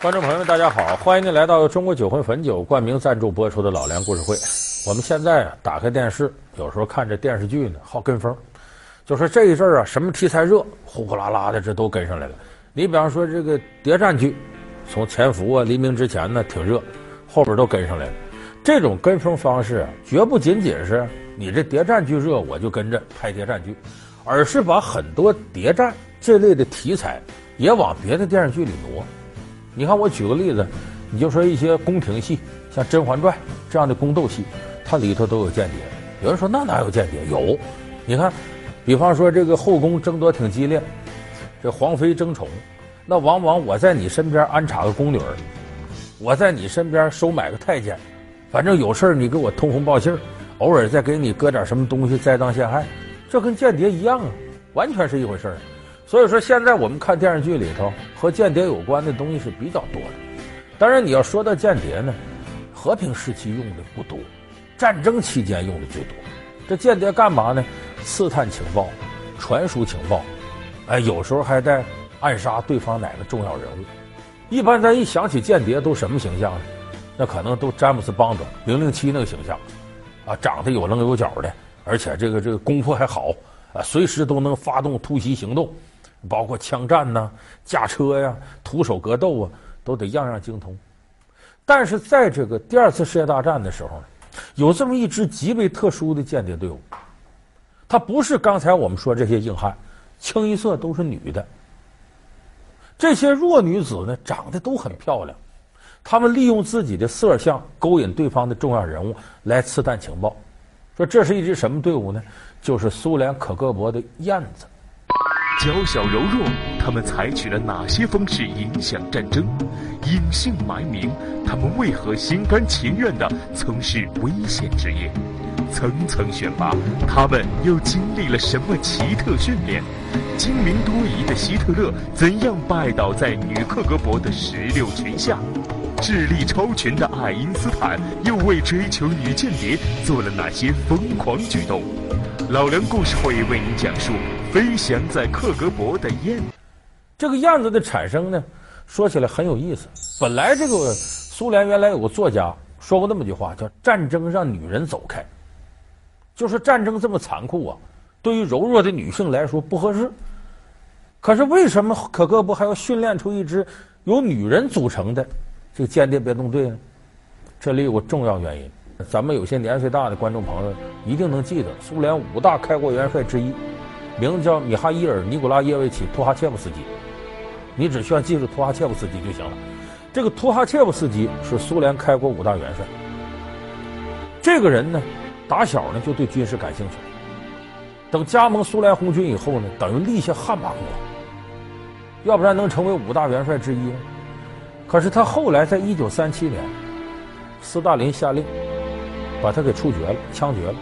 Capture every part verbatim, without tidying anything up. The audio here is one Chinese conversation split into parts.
观众朋友们，大家好，欢迎您来到由中国酒魂汾酒冠名赞助播出的老梁故事会。我们现在啊，打开电视，有时候看这电视剧呢，好跟风，就说这一阵儿啊，什么题材热，呼呼啦啦的，这都跟上来了。你比方说这个谍战剧，从《潜伏》啊、《黎明之前》呢挺热，后边都跟上来了。这种跟风方式啊，绝不仅仅是你这谍战剧热，我就跟着拍谍战剧，而是把很多谍战这类的题材也往别的电视剧里挪。你看，我举个例子，你就说一些宫廷戏，像《甄嬛传》这样的宫斗戏，它里头都有间谍。有人说那哪有间谍？有，你看，比方说这个后宫争夺挺激烈，这皇妃争宠，那往往我在你身边安插个宫女儿，我在你身边收买个太监，反正有事你给我通风报信儿，偶尔再给你搁点什么东西栽赃陷害，这跟间谍一样啊，完全是一回事儿。所以说，现在我们看电视剧里头和间谍有关的东西是比较多的。当然，你要说到间谍呢，和平时期用的不多，战争期间用的最多。这间谍干嘛呢？刺探情报，传输情报，哎，有时候还带暗杀对方哪个重要人物。一般咱一想起间谍都什么形象呢？那可能都詹姆斯邦德零零七那个形象，啊，长得有棱有角的，而且这个这个功夫还好啊，随时都能发动突袭行动。包括枪战呐、驾车呀、徒手格斗啊，都得样样精通。但是在这个第二次世界大战的时候呢，有这么一支极为特殊的间谍队伍，它不是刚才我们说这些硬汉，清一色都是女的。这些弱女子呢，长得都很漂亮，她们利用自己的色相勾引对方的重要人物来刺探情报。说这是一支什么队伍呢？就是苏联可戈勃的燕子。 娇小柔弱，他们采取了哪些方式影响战争？隐姓埋名，他们为何心甘情愿地从事危险职业？层层选拔，他们又经历了什么奇特训练？精明多疑的希特勒怎样拜倒在女克格勃的石榴裙下？智力超群的爱因斯坦又为追求女间谍做了哪些疯狂举动？老梁故事会为您讲述飞翔在克格勃的燕子。 这个燕子的产生呢，说起来很有意思。本来这个苏联原来有个作家说过那么句话，叫战争让女人走开，就是战争这么残酷啊，对于柔弱的女性来说不合适。可是为什么可戈勃还要训练出一支由女人组成的这个间谍别动队呢？这里有个重要原因，咱们有些年岁大的观众朋友一定能记得，苏联五大开国元帅之一，名字叫米哈伊尔·尼古拉耶维奇·图哈切夫斯基。你只需要记住图哈切夫斯基就行了。这个图哈切夫斯基是苏联开国五大元帅。这个人呢，打小呢就对军事感兴趣，等加盟苏联红军以后呢，等于立下汗马功劳，要不然能成为五大元帅之一呢？可是他后来在一九三七年，斯大林下令把他给处决了，枪决了。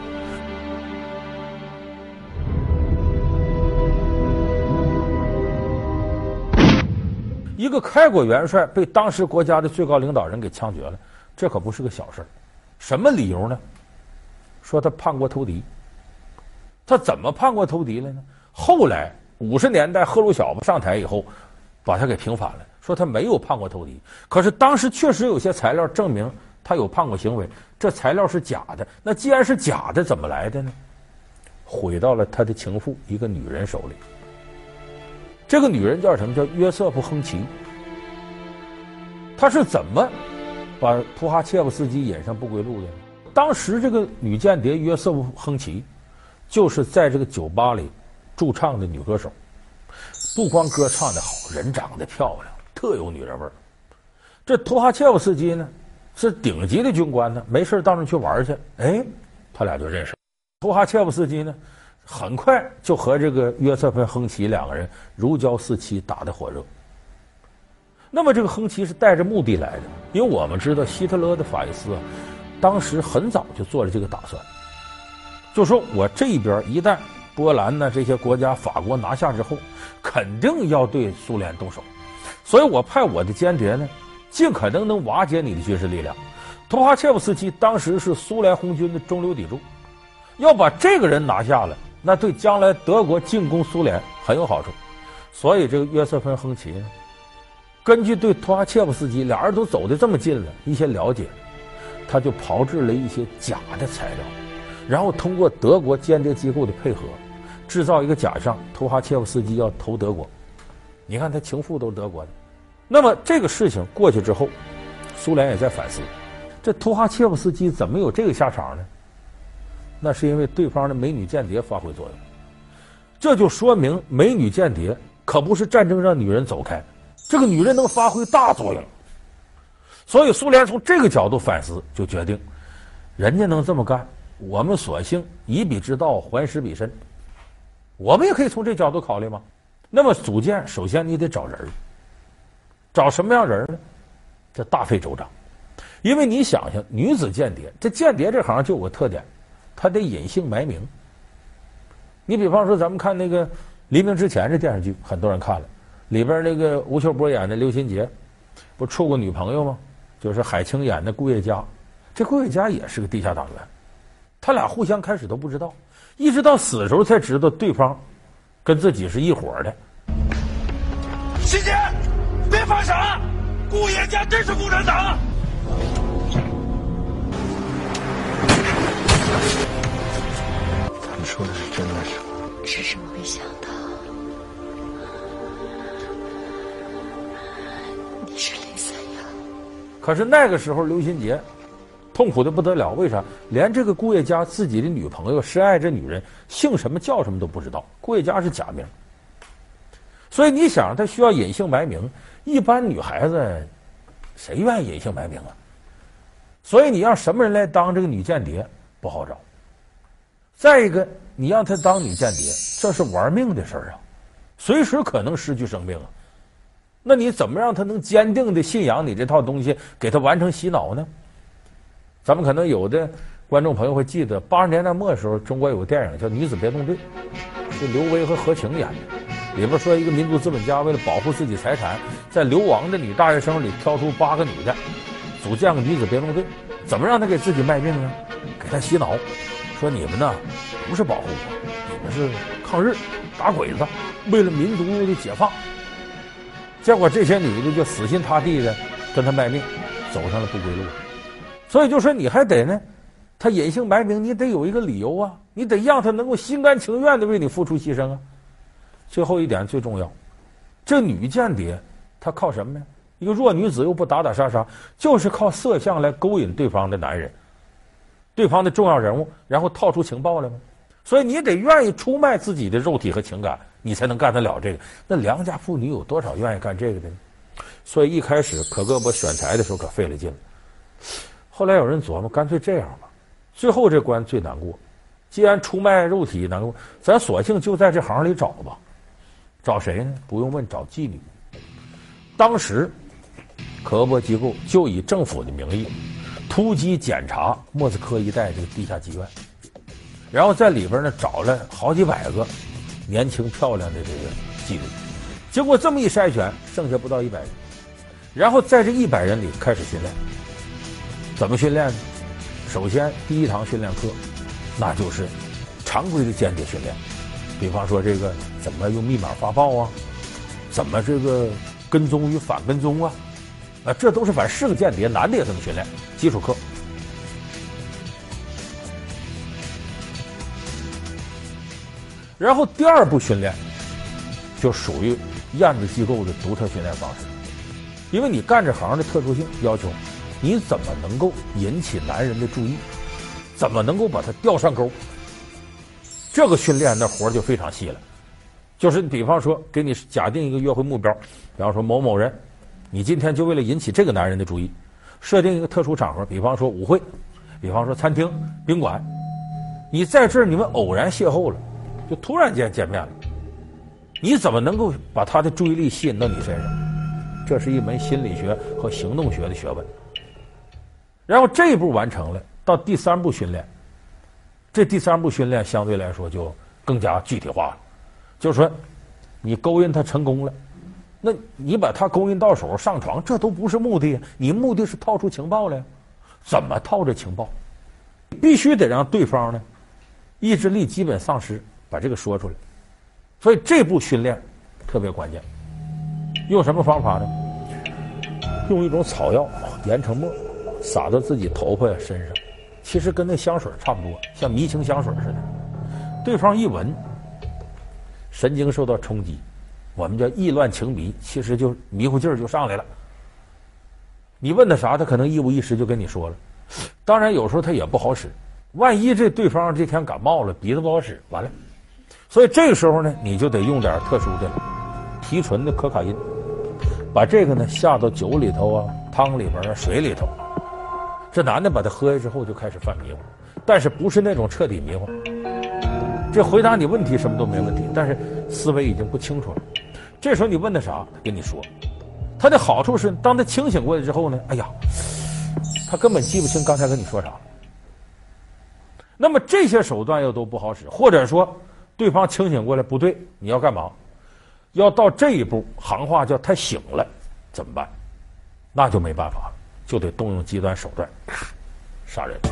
一个开国元帅被当时国家的最高领导人给枪决了，这可不是个小事儿。什么理由呢？说他叛国投敌。他怎么叛国投敌了呢？后来五十年代赫鲁晓夫上台以后，把他给平反了，说他没有叛国投敌。可是当时确实有些材料证明他有叛国行为，这材料是假的。那既然是假的，怎么来的呢？毁到了他的情妇一个女人手里。这个女人叫什么？叫约瑟夫·亨奇。她是怎么把图哈切夫斯基引上不归路的呢？当时这个女间谍约瑟夫·亨奇就是在这个酒吧里驻唱的女歌手，不光歌唱得好，人长得漂亮，特有女人味儿。这图哈切夫斯基呢是顶级的军官呢，没事到那去玩去，哎，他俩就认识了。图哈切夫斯基呢很快就和这个约瑟芬·亨奇两个人如胶似漆，打得火热。那么这个亨奇是带着目的来的，因为我们知道希特勒的法西斯啊，当时很早就做了这个打算，就说我这边一旦波兰呢这些国家法国拿下之后，肯定要对苏联动手，所以我派我的间谍呢尽可能能瓦解你的军事力量。图哈切夫斯基当时是苏联红军的中流砥柱，要把这个人拿下了，那对将来德国进攻苏联很有好处。所以这个约瑟芬·亨奇呢， 根据对托哈切夫斯基俩人都走得这么近了一些了解，他就炮制了一些假的材料，然后通过德国间谍机构的配合，制造一个假象，托哈切夫斯基要投德国。你看他情妇都是德国的。那么这个事情过去之后，苏联也在反思，这托哈切夫斯基怎么有这个下场呢？那是因为对方的美女间谍发挥作用。这就说明美女间谍可不是战争让女人走开，这个女人能发挥大作用。所以苏联从这个角度反思，就决定人家能这么干，我们索性以彼之道还施彼身，我们也可以从这角度考虑吗？那么组建首先你得找人，找什么样人呢？这大费周章。因为你想想，女子间谍，这间谍这行就有个特点，他得隐姓埋名。你比方说咱们看那个《黎明之前》这电视剧，很多人看了，里边那个吴秀波演的刘新杰不处过女朋友吗？就是海清演的顾叶嘉，这顾叶嘉也是个地下党员，他俩互相开始都不知道，一直到死的时候才知道对方跟自己是一伙的。 新杰，别犯傻，顾叶嘉真是共产党。 他们说的是真的是吗？ 只是我没想到你是林三阳。 可是那个时候刘新杰痛苦的不得了，为啥？连这个顾叶嘉自己的女朋友深爱这女人姓什么叫什么都不知道，顾叶嘉是假名。所以你想他需要隐姓埋名，一般女孩子谁愿意隐姓埋名啊？所以你让什么人来当这个女间谍不好找。再一个，你让她当女间谍，这是玩命的事儿啊，随时可能失去生命啊。那你怎么让她能坚定的信仰你这套东西，给她完成洗脑呢？咱们可能有的观众朋友会记得，八十年代末的时候，中国有个电影叫《女子别动队》，是刘维和何晴演的。里边说一个民族资本家为了保护自己财产，在流亡的女大学生里挑出八个女的，组建个女子别动队，怎么让她给自己卖命呢？给她洗脑，说你们呢不是保护我，你们是抗日打鬼子，为了民族的解放。结果这些女的就死心塌地的跟她卖命，走上了不归路。所以就说你还得呢，她隐姓埋名，你得有一个理由啊，你得让她能够心甘情愿的为你付出牺牲啊。最后一点最重要，这女间谍她靠什么呢？一个弱女子又不打打杀杀，就是靠色相来勾引对方的男人，对方的重要人物，然后套出情报来吗？所以你得愿意出卖自己的肉体和情感，你才能干得了这个。那良家妇女有多少愿意干这个的呢？所以一开始可戈伯选材的时候可费了劲了。后来有人琢磨，干脆这样吧，最后这关最难过，既然出卖肉体难过，咱索性就在这行里找吧。找谁呢？不用问，找妓女。当时可戈伯机构就以政府的名义突击检查莫斯科一带这个地下妓院，然后在里边呢找了好几百个年轻漂亮的这个妓女，结果这么一筛选，剩下不到一百人，然后在这一百人里开始训练。怎么训练呢？首先第一堂训练课，那就是常规的间谍训练，比方说这个怎么用密码发报啊，怎么这个跟踪与反跟踪啊，啊，这都是反正是个间谍，男的也这么训练，基础课。然后第二步训练就属于燕子机构的独特训练方式，因为你干这行的特殊性要求，你怎么能够引起男人的注意，怎么能够把他钓上钩，这个训练那活就非常细了。就是比方说给你假定一个约会目标，比方说某某人，你今天就为了引起这个男人的注意，设定一个特殊场合，比方说舞会，比方说餐厅宾馆，你在这儿你们偶然邂逅了，就突然间见面了，你怎么能够把他的注意力吸引到你身上？这是一门心理学和行动学的学问。然后这一步完成了，到第三步训练，这第三步训练相对来说就更加具体化了，就是说你勾引他成功了，那你把他勾引到手上床，这都不是目的，你目的是套出情报来。怎么套这情报？必须得让对方呢意志力基本丧失，把这个说出来。所以这步训练特别关键。用什么方法呢？ 用一种草药研成末，撒到自己头发呀身上，其实跟那香水差不多，像迷情香水似的。对方一闻，神经受到冲击，我们叫意乱情迷，其实就迷糊劲儿就上来了。你问他啥，他可能一五一十就跟你说了。当然有时候他也不好使，万一这对方这天感冒了，鼻子不好使，完了。所以这个时候呢，你就得用点特殊的提纯的可卡因，把这个呢下到酒里头啊、汤里边啊、水里头。这男的把它喝下之后就开始犯迷糊，但是不是那种彻底迷糊。这回答你问题什么都没问题，但是思维已经不清楚了。这时候你问他啥，他跟你说。他的好处是，当他清醒过来之后呢，哎呀，他根本记不清刚才跟你说啥了。那么这些手段又都不好使，或者说对方清醒过来不对，你要干嘛？要到这一步，行话叫他醒了，怎么办？那就没办法了，就得动用极端手段杀人。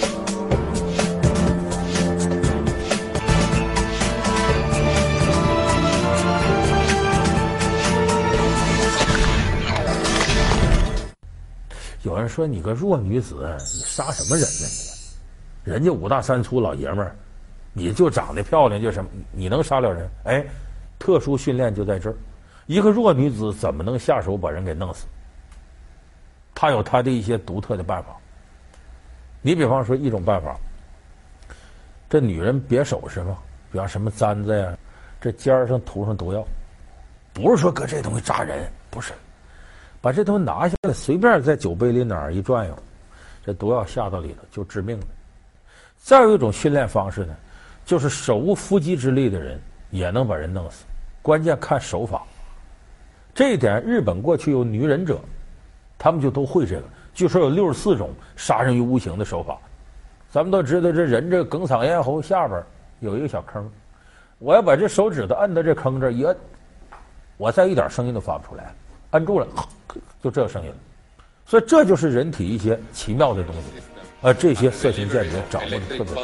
有人说你个弱女子，你杀什么人呢你？人家五大三粗老爷们儿，你就长得漂亮就什么，你能杀了人？哎，特殊训练就在这儿。一个弱女子怎么能下手把人给弄死？她有她的一些独特的办法。你比方说一种办法，这女人别首饰嘛，比方什么簪子呀，这尖儿上涂上毒药，不是说搁这东西扎人，不是。把这东西拿下来，随便在酒杯里哪儿一转悠，这毒药下到里头就致命了。再有一种训练方式呢，就是手无缚鸡之力的人也能把人弄死，关键看手法。这一点日本过去有女忍者，他们就都会这个。据说有六十四种杀人于无形的手法。咱们都知道，这人这梗嗓咽喉下边有一个小坑，我要把这手指头摁到这坑这儿一摁，我再一点声音都发不出来，摁住了就这个声音了。所以这就是人体一些奇妙的东西，而这些色情间谍掌握的特别。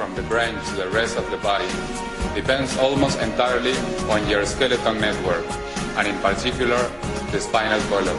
Depends almost entirely on your skeleton network, and in particular, the spinal column.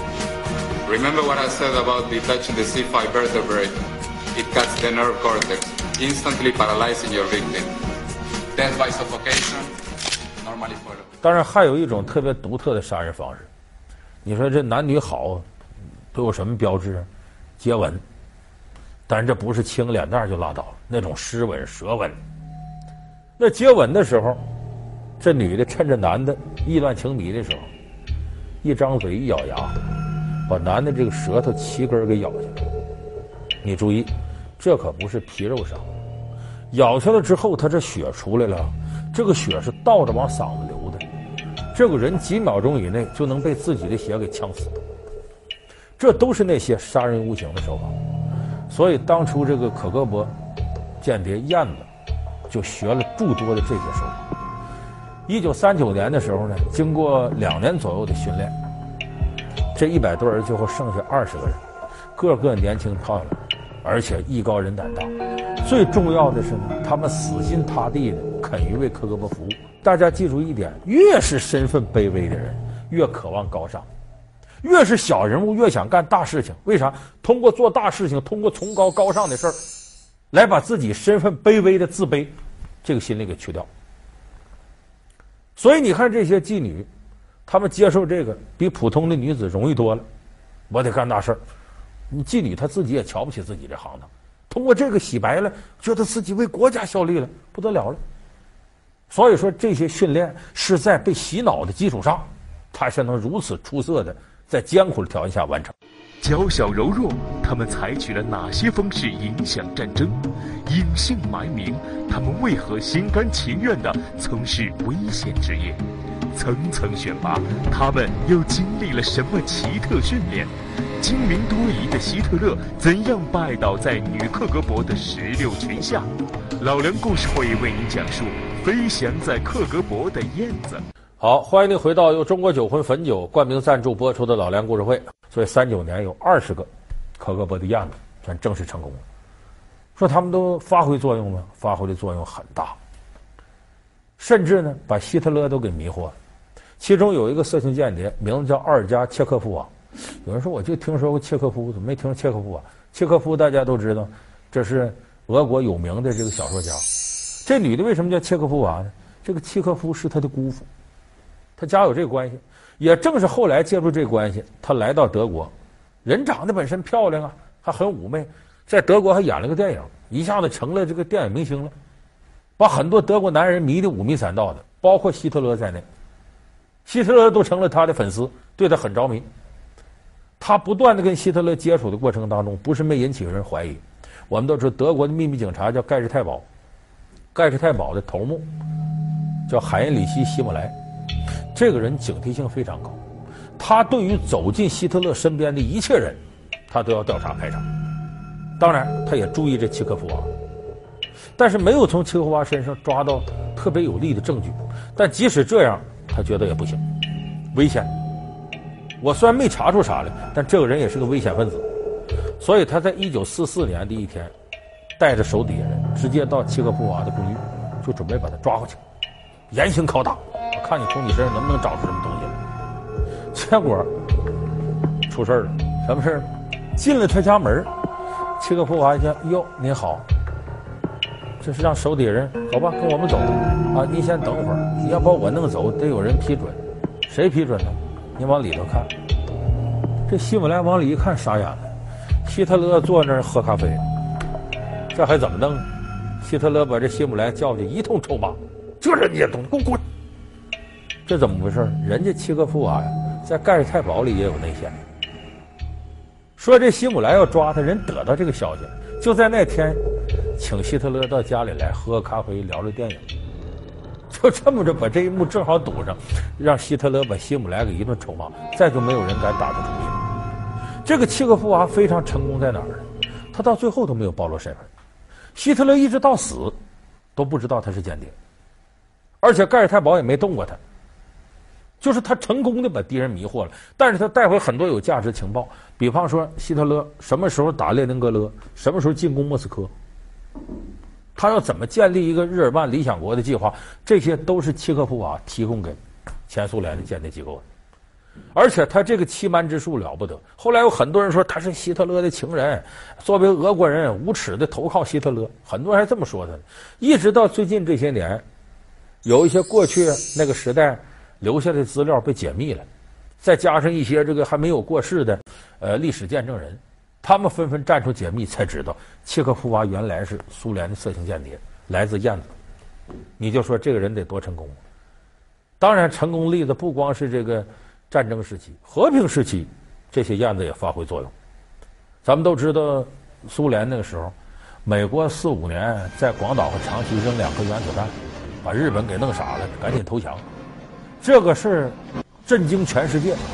Remember what I said about detaching the C five vertebrae? It cuts the nerve cortex, instantly paralyzing your victim. Death by suffocation, normally followed. 当然，还有一种特别独特的杀人方式。你说这男女好都有什么标志？接吻，但是这不是亲脸蛋就拉倒了，那种湿吻、舌吻。那接吻的时候，这女的趁着男的意乱情迷的时候，一张嘴一咬牙，把男的这个舌头七根给咬下来。你注意，这可不是皮肉伤，咬下来之后，他这血出来了，这个血是倒着往嗓子流的，这个人几秒钟以内就能被自己的血给呛死。这都是那些杀人无形的手法。所以当初这个可格勃间谍燕子就学了诸多的这些手法。一九三九年的时候呢，经过两年左右的训练，这一百多人最后剩下二十个人，个个年轻漂亮，而且艺高人胆大。最重要的是呢，他们死心塌地的肯于为克格勃服务。大家记住一点，越是身份卑微的人，越渴望高尚；越是小人物，越想干大事情。为啥？通过做大事情，通过崇高高尚的事儿，来把自己身份卑微的自卑这个心理给去掉。所以你看这些妓女，她们接受这个比普通的女子容易多了。我得干大事儿，你妓女她自己也瞧不起自己这行当，通过这个洗白了，觉得自己为国家效力了，不得了了。所以说这些训练是在被洗脑的基础上，她是能如此出色的在艰苦的条件下完成。 娇小柔弱，他们采取了哪些方式影响战争？隐姓埋名，他们为何心甘情愿地从事危险职业？层层选拔，他们又经历了什么奇特训练？精明多疑的希特勒怎样拜倒在女克格勃的石榴裙下？老梁故事会为您讲述飞翔在克格勃的燕子。 好，欢迎您回到由中国酒魂汾酒冠名赞助播出的老梁故事会。所以三九年有二十个克格勃的燕子全正式成功了。说他们都发挥作用吗？发挥的作用很大，甚至呢把希特勒都给迷惑了。其中有一个色情间谍，名字叫阿尔加切科夫王， 有人说我就听说过契诃夫，怎么没听说契诃夫啊？契诃夫大家都知道，这是俄国有名的这个小说家。这女的为什么叫契诃夫娃呢？这个契诃夫是她的姑父，她家有这个关系。也正是后来借助这个关系，她来到德国，人长得本身漂亮啊，还很妩媚，在德国还演了个电影，一下子成了这个电影明星了，把很多德国男人迷得五迷三道的，包括希特勒在内。希特勒都成了他的粉丝，对他很着迷。他不断的跟希特勒接触的过程当中，不是没引起人怀疑。我们都知道德国的秘密警察叫盖世太保，盖世太保的头目叫海因里希·希姆莱，这个人警惕性非常高，他对于走进希特勒身边的一切人，他都要调查排查。当然，他也注意这契诃夫娃，但是没有从契诃夫娃身上抓到特别有力的证据。但即使这样，他觉得也不行，危险。我虽然没查出啥来，但这个人也是个危险分子，所以他在一九四四年的一天，带着手底下人直接到契诃夫娃的公寓，就准备把他抓回去，严刑拷打，我看你从你身上能不能找出什么东西来。结果出事了，什么事呢？进了他家门，契诃夫娃一看，哟，您好，这是让手底下人走吧，跟我们走啊！您先等会儿，你要把我弄走，得有人批准，谁批准呢？你往里头看，这希姆莱往里一看，傻眼了。希特勒坐那儿喝咖啡，这还怎么弄？希特勒把这希姆莱叫去，一通臭骂：“这人家东西，给我滚！”这怎么回事？人家契诃夫娃呀，在盖世太保里也有内线。说这希姆莱要抓他，人得到这个消息，就在那天，请希特勒到家里来喝咖啡，聊聊电影。就这么着把这一幕正好堵上，让希特勒把希姆莱给一顿臭骂，再就没有人敢打他主意。这个契诃夫娃非常成功在哪儿呢？他到最后都没有暴露身份，希特勒一直到死都不知道他是间谍，而且盖世太保也没动过他，就是他成功的把敌人迷惑了，但是他带回很多有价值情报，比方说希特勒什么时候打列宁格勒，什么时候进攻莫斯科，他要怎么建立一个日耳曼理想国的计划，这些都是契诃夫娃提供给前苏联的间谍机构的。而且他这个欺瞒之术了不得，后来有很多人说他是希特勒的情人，作为俄国人无耻的投靠希特勒，很多人还这么说他呢。一直到最近这些年，有一些过去那个时代留下的资料被解密了，再加上一些这个还没有过世的呃历史见证人，他们纷纷站出解密，才知道契诃夫娃原来是苏联的色情间谍，来自燕子。你就说这个人得多成功。当然成功例子不光是这个战争时期，和平时期这些燕子也发挥作用。咱们都知道苏联那个时候，美国四五年在广岛和长崎扔两颗原子弹，把日本给弄傻了，赶紧投降。这个事儿震惊全世界。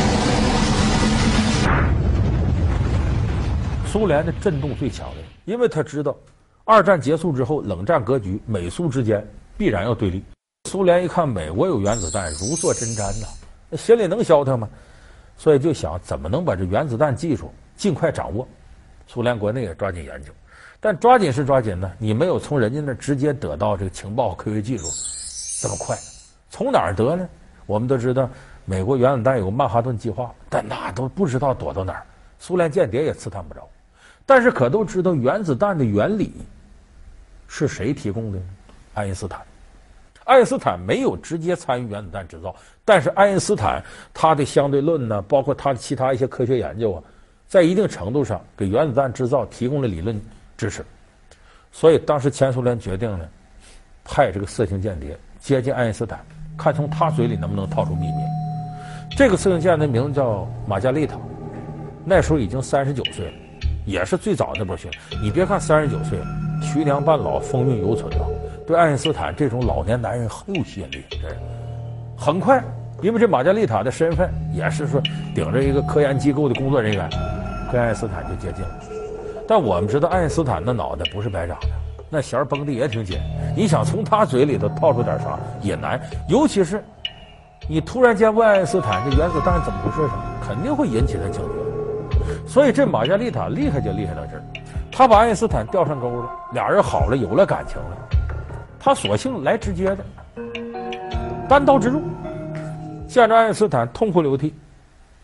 苏联的震动最强烈，因为他知道二战结束之后，冷战格局美苏之间必然要对立。苏联一看美国有原子弹，如坐针毡呐，那心里能消停吗？所以就想怎么能把这原子弹技术尽快掌握。苏联国内也抓紧研究，但抓紧是抓紧呢，你没有从人家那直接得到这个情报科学技术这么快。从哪儿得呢？我们都知道美国原子弹有个曼哈顿计划，但那都不知道躲到哪儿，苏联间谍也刺探不着。但是可都知道原子弹的原理是谁提供的呢？爱因斯坦。爱因斯坦没有直接参与原子弹制造，但是爱因斯坦他的相对论呢，包括他的其他一些科学研究啊，在一定程度上给原子弹制造提供了理论支持。所以当时前苏联决定呢，派这个色情间谍接近爱因斯坦，看从他嘴里能不能套出秘密。这个色情间谍的名字叫玛加丽塔，那时候已经三十九岁了，也是最早那波学。你别看三十九岁了，徐娘半老，风韵犹存了。对爱因斯坦这种老年男人很有吸引力，这人很快，因为这玛加丽塔的身份也是说顶着一个科研机构的工作人员，跟爱因斯坦就接近了。但我们知道爱因斯坦的脑袋不是白长的，那弦绷的也挺紧，你想从他嘴里头套出点啥也难，尤其是你突然间问爱因斯坦这原子弹怎么回事上，肯定会引起他警觉。所以这玛加丽塔厉害就厉害到这儿，他把爱因斯坦钓上钩了，俩人好了，有了感情了。他索性来直接的，单刀直入，见着爱因斯坦痛哭流涕，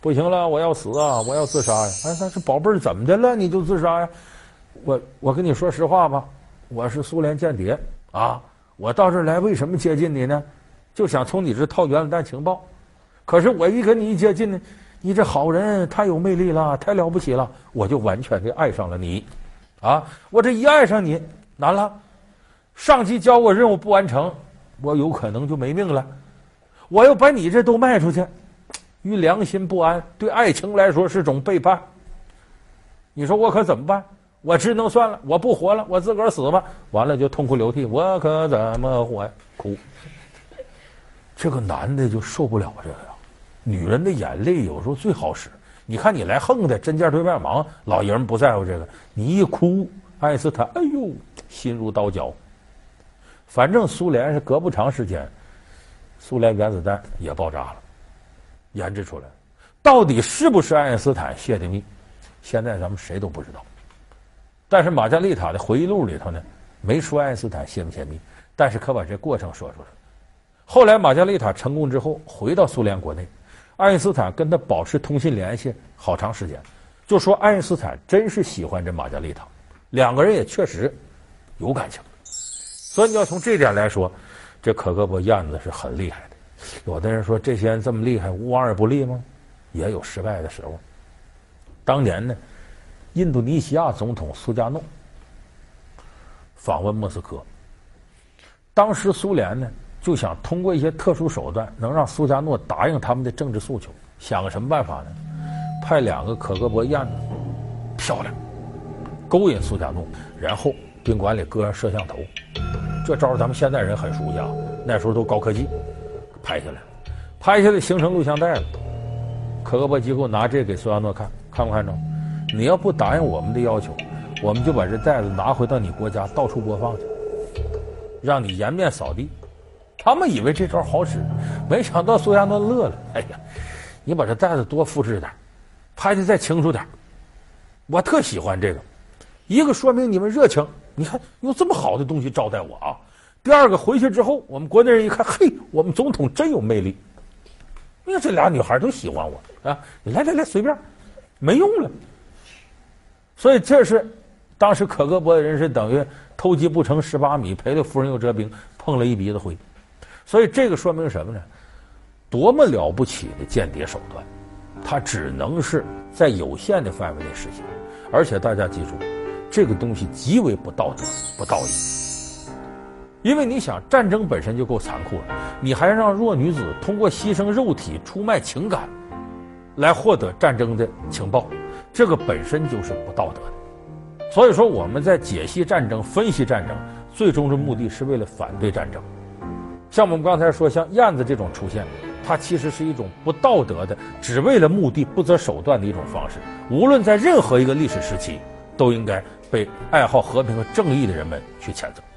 不行了，我要死啊，我要自杀呀！哎，但是宝贝儿怎么的了？你就自杀呀？我我跟你说实话吧，我是苏联间谍啊！我到这儿来为什么接近你呢？就想从你这套原子弹情报。可是我一跟你一接近呢，你这好人太有魅力了，太了不起了，我就完全的爱上了你，啊！我这一爱上你，难了，上级交我任务不完成，我有可能就没命了。我要把你这都卖出去，于良心不安，对爱情来说是种背叛。你说我可怎么办？我只能算了，我不活了，我自个儿死吧。完了就痛哭流涕，我可怎么活呀？哭。这个男的就受不了这个呀。女人的眼泪有时候最好使。你看你来横的，针尖对麦芒，老爷们不在乎这个，你一哭，爱因斯坦，哎呦，心如刀绞。反正苏联是隔不长时间，苏联原子弹也爆炸了，研制出来，到底是不是爱因斯坦泄的密，现在咱们谁都不知道。但是玛加丽塔的回忆录里头呢，没说爱因斯坦泄没泄密，但是可把这过程说出来。后来玛加丽塔成功之后，回到苏联国内，爱因斯坦跟他保持通信联系好长时间，就说爱因斯坦真是喜欢这玛加丽塔，两个人也确实有感情。所以你要从这点来说，这可格勃燕子是很厉害的。有的人说这些人这么厉害，无往而不利吗？也有失败的时候。当年呢，印度尼西亚总统苏加诺访问莫斯科，当时苏联呢就想通过一些特殊手段能让苏加诺答应他们的政治诉求。想个什么办法呢？派两个可格勃燕子，漂亮，勾引苏加诺，然后宾馆里搁上摄像头。这招咱们现代人很熟悉啊，那时候都高科技，拍下来，拍下来形成录像带了。可格勃机构拿这给苏加诺看，看不看着？你要不答应我们的要求，我们就把这袋子拿回到你国家到处播放去，让你颜面扫地。他们以为这招好使，没想到苏加诺乐了。哎呀，你把这袋子多复制点，拍的再清楚点，我特喜欢这个。一个说明你们热情，你看用这么好的东西招待我啊。第二个回去之后，我们国内人一看，嘿，我们总统真有魅力。你看这俩女孩都喜欢我啊！你来来来，随便，没用了。所以这是当时可格勃的人是等于偷鸡不成蚀把米，赔了夫人又折兵，碰了一鼻子灰。所以这个说明什么呢？多么了不起的间谍手段，它只能是在有限的范围内实行。而且大家记住，这个东西极为不道德、不道义。因为你想，战争本身就够残酷了，你还让弱女子通过牺牲肉体、出卖情感来获得战争的情报，这个本身就是不道德的。所以说，我们在解析战争、分析战争，最终的目的是为了反对战争。像我们刚才说，像燕子这种出现，它其实是一种不道德的，只为了目的不择手段的一种方式。无论在任何一个历史时期，都应该被爱好和平和正义的人们去谴责。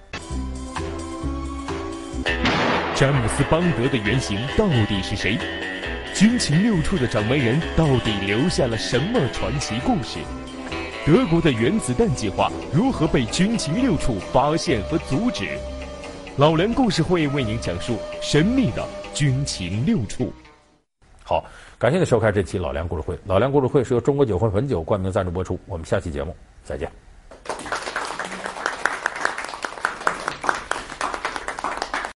詹姆斯·邦德的原型到底是谁？军情六处的掌门人到底留下了什么传奇故事？德国的原子弹计划如何被军情六处发现和阻止？老梁故事会为您讲述神秘的军情六处。 好，感谢您收看这期老梁故事会。老梁故事会是由中国酒魂汾酒冠名赞助播出。我们下期节目再见。